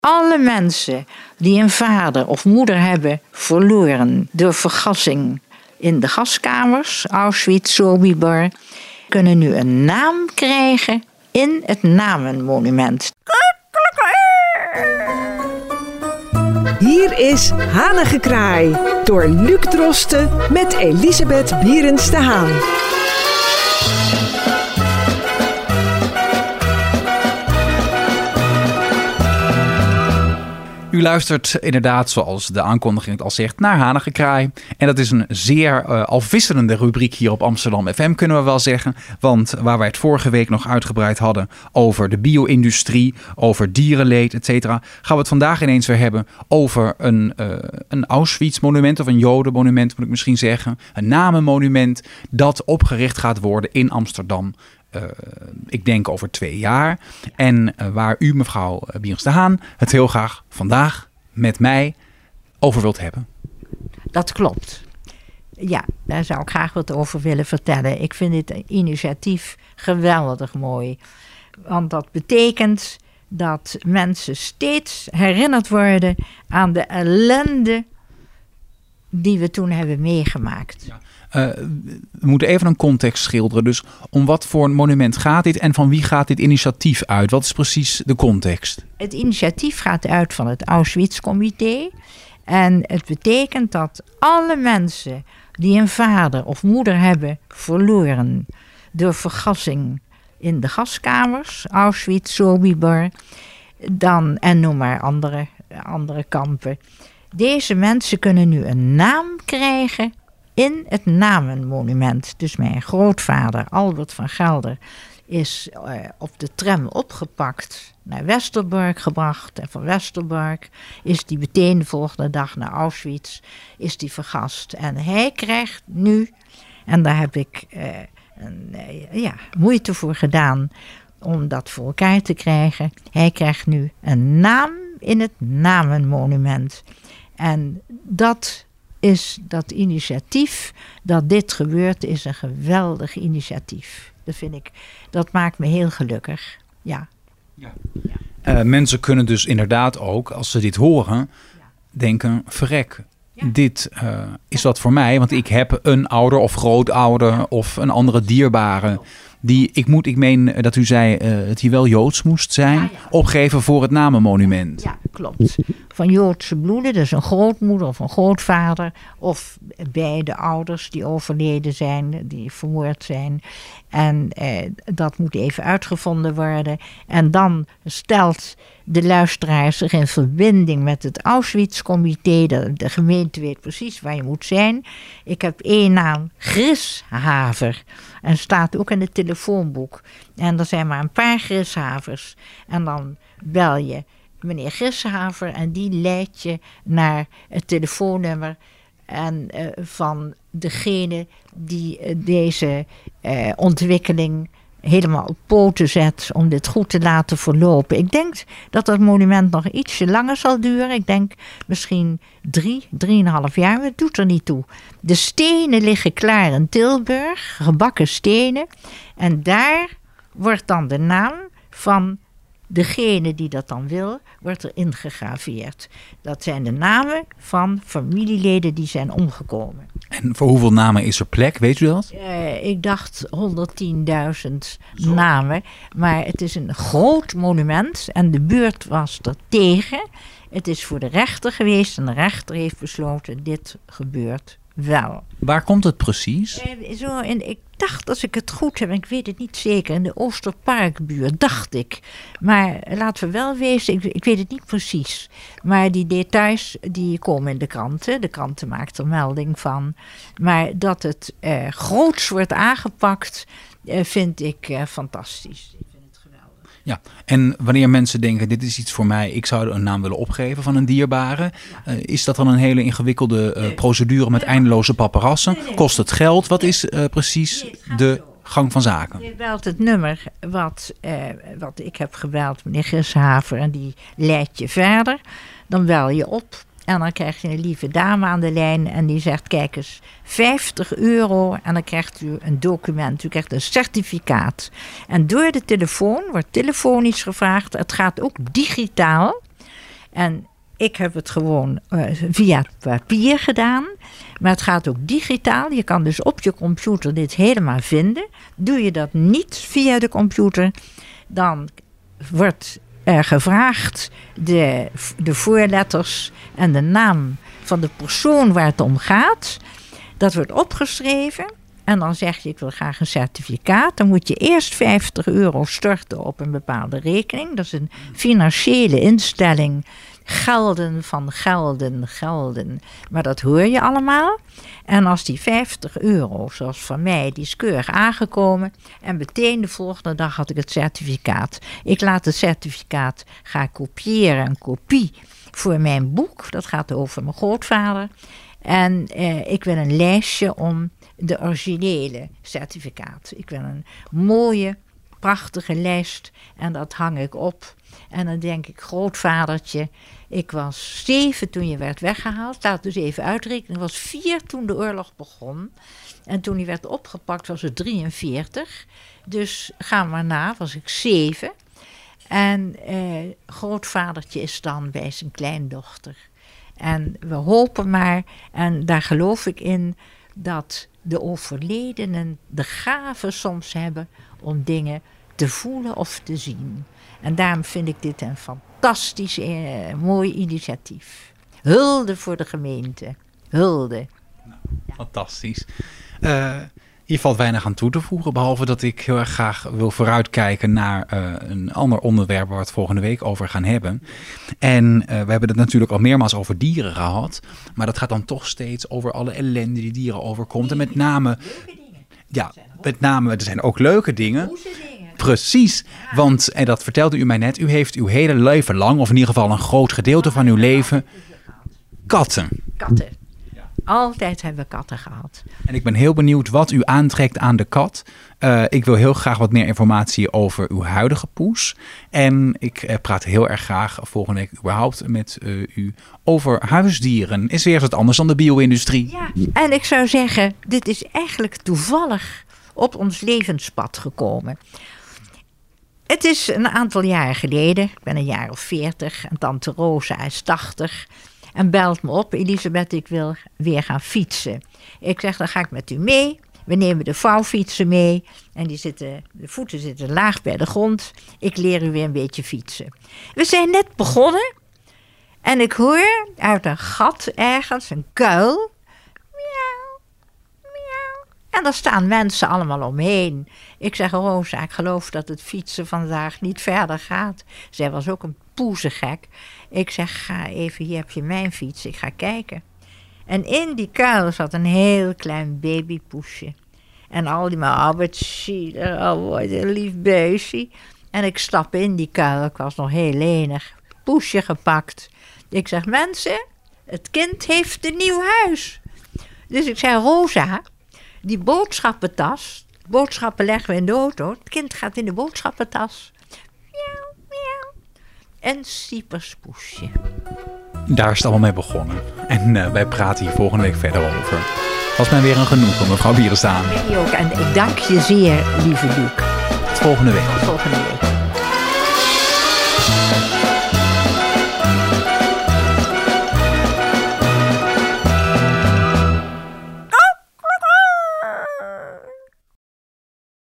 Alle mensen die een vader of moeder hebben verloren door vergassing in de gaskamers, Auschwitz, Sobibor, kunnen nu een naam krijgen in het namenmonument. Hier is Hanengekraai door Luc Drosten met Elisabeth Bierens de Haan. U luistert inderdaad, zoals de aankondiging het al zegt, naar Hanengekraai. En dat is een zeer afwisselende rubriek hier op Amsterdam FM, kunnen we wel zeggen. Want waar wij het vorige week nog uitgebreid hadden over de bio-industrie, over dierenleed, et cetera, gaan we het vandaag ineens weer hebben over een Auschwitz-monument, of een Jodenmonument moet ik misschien zeggen. Een namenmonument dat opgericht gaat worden in Amsterdam. Ik denk over 2 jaar. En waar u, mevrouw Bierens de Haan, het heel graag vandaag met mij over wilt hebben. Dat klopt. Ja, daar zou ik graag wat over willen vertellen. Ik vind dit initiatief geweldig mooi. Want dat betekent dat mensen steeds herinnerd worden aan de ellende die we toen hebben meegemaakt. Ja. We moeten even een context schilderen. Dus om wat voor een monument gaat dit en van wie gaat dit initiatief uit? Wat is precies de context? Het initiatief gaat uit van het Auschwitz-comité. En het betekent dat alle mensen die een vader of moeder hebben verloren door vergassing in de gaskamers, Auschwitz, Sobibor, en noem maar andere kampen. Deze mensen kunnen nu een naam krijgen in het namenmonument. Dus mijn grootvader Albert van Gelder is op de tram opgepakt, naar Westerbork gebracht. En van Westerbork is die meteen de volgende dag naar Auschwitz, is die vergast. En hij krijgt nu, en daar heb ik moeite voor gedaan om dat voor elkaar te krijgen. Hij krijgt nu een naam in het namenmonument. En dat initiatief dat dit gebeurt is een geweldig initiatief. Dat maakt me heel gelukkig. Ja. Mensen kunnen dus inderdaad ook, als ze dit horen, denken, verrek. Ja. Dit is wat voor mij, want ik heb een ouder of grootouder of een andere dierbare. Ik meen dat u zei dat hij wel Joods moest zijn, opgeven voor het namenmonument. Ja, klopt. Van Joodse bloeden, dus een grootmoeder of een grootvader, of beide ouders die overleden zijn, die vermoord zijn. En dat moet even uitgevonden worden. En dan stelt de luisteraar zich in verbinding met het Auschwitz-comité. De gemeente weet precies waar je moet zijn. Ik heb 1 naam, Grishaver. En staat ook in het telefoonboek. En er zijn maar een paar Grishavers. En dan bel je meneer Grishaver en die leidt je naar het telefoonnummer van degene die deze ontwikkeling helemaal op poten zet om dit goed te laten verlopen. Ik denk dat dat monument nog ietsje langer zal duren. Ik denk misschien 3,5 jaar, maar het doet er niet toe. De stenen liggen klaar in Tilburg, gebakken stenen. En daar wordt dan de naam van degene die dat dan wil, wordt er ingegraveerd. Dat zijn de namen van familieleden die zijn omgekomen. En voor hoeveel namen is er plek, weet u dat? Ik dacht 110.000 namen. Maar het is een groot monument en de buurt was er tegen. Het is voor de rechter geweest en de rechter heeft besloten, dit gebeurt wel. Waar komt het precies? Ik dacht, als ik het goed heb, ik weet het niet zeker, in de Oosterparkbuurt, dacht ik. Maar laten we wel wezen, ik weet het niet precies. Maar die details, die komen in de kranten. De kranten maakt er melding van. Maar dat het groots wordt aangepakt, vind ik fantastisch. Ja, en wanneer mensen denken, dit is iets voor mij, ik zou een naam willen opgeven van een dierbare. Is dat dan een hele ingewikkelde procedure met eindeloze paparassen? Kost het geld? Wat is precies de gang van zaken? Je belt het nummer wat ik heb gebeld, meneer Grishaver, en die leidt je verder. Dan bel je op. En dan krijg je een lieve dame aan de lijn en die zegt, kijk eens, €50 en dan krijgt u een document, u krijgt een certificaat. En door de telefoon, wordt telefonisch gevraagd, het gaat ook digitaal. En ik heb het gewoon via papier gedaan. Maar het gaat ook digitaal. Je kan dus op je computer dit helemaal vinden. Doe je dat niet via de computer, dan wordt er gevraagd de voorletters en de naam van de persoon waar het om gaat. Dat wordt opgeschreven. En dan zeg je, ik wil graag een certificaat. Dan moet je eerst €50 storten op een bepaalde rekening. Dat is een financiële instelling. Gelden van gelden. Maar dat hoor je allemaal. En als die €50, zoals van mij, die is keurig aangekomen. En meteen de volgende dag had ik het certificaat. Ik laat het certificaat gaan kopiëren. Een kopie voor mijn boek. Dat gaat over mijn grootvader. En ik wil een lijstje om de originele certificaat. Ik wil een mooie, prachtige lijst. En dat hang ik op. En dan denk ik, grootvadertje, ik was 7 toen je werd weggehaald. Laat dus even uitrekenen. Ik was 4 toen de oorlog begon. En toen hij werd opgepakt was het 43. Dus ga maar na, was ik 7. En grootvadertje is dan bij zijn kleindochter. En we hopen maar, en daar geloof ik in, dat de overledenen de gave soms hebben om dingen te voelen of te zien. En daarom vind ik dit een fantastisch mooi initiatief. Hulde voor de gemeente. Hulde. Nou, fantastisch. Hier valt weinig aan toe te voegen, behalve dat ik heel erg graag wil vooruitkijken naar een ander onderwerp waar we het volgende week over gaan hebben. En we hebben het natuurlijk al meermaals over dieren gehad, maar dat gaat dan toch steeds over alle ellende die dieren overkomt. En met name, ja, er zijn ook leuke dingen. Precies, want, en dat vertelde u mij net, u heeft uw hele leven lang, of in ieder geval een groot gedeelte van uw leven, katten. Katten. Altijd hebben we katten gehad. En ik ben heel benieuwd wat u aantrekt aan de kat. Ik wil heel graag wat meer informatie over uw huidige poes. En ik praat heel erg graag volgende week überhaupt met u over huisdieren. Is weer eens wat anders dan de bio-industrie. Ja, en ik zou zeggen, dit is eigenlijk toevallig op ons levenspad gekomen. Het is een aantal jaren geleden, ik ben een jaar of 40 en tante Rosa is 80... En belt me op, Elisabeth, ik wil weer gaan fietsen. Ik zeg, dan ga ik met u mee. We nemen de vouwfietsen mee. En de voeten zitten laag bij de grond. Ik leer u weer een beetje fietsen. We zijn net begonnen. En ik hoor uit een gat ergens een kuil. Miauw, miauw. En daar staan mensen allemaal omheen. Ik zeg, Rosa, ik geloof dat het fietsen vandaag niet verder gaat. Zij was ook een poezegek. Ik zeg, ga even, hier heb je mijn fiets. Ik ga kijken. En in die kuil zat een heel klein babypoesje. En al die maar, wat zielig, oh wat een lief beestje. En ik stap in die kuil, ik was nog heel lenig. Poesje gepakt. Ik zeg, mensen, het kind heeft een nieuw huis. Dus ik zei, Rosa, die boodschappentas, boodschappen leggen we in de auto. Het kind gaat in de boodschappentas. Miauw, miauw. Een Cyperspoesje. Daar is het allemaal mee begonnen. En wij praten hier volgende week verder over. Was mij weer een genoegen, mevrouw Bierenstaan. Ik ook. En ik dank je zeer, lieve Luc. Tot volgende week. Tot volgende week.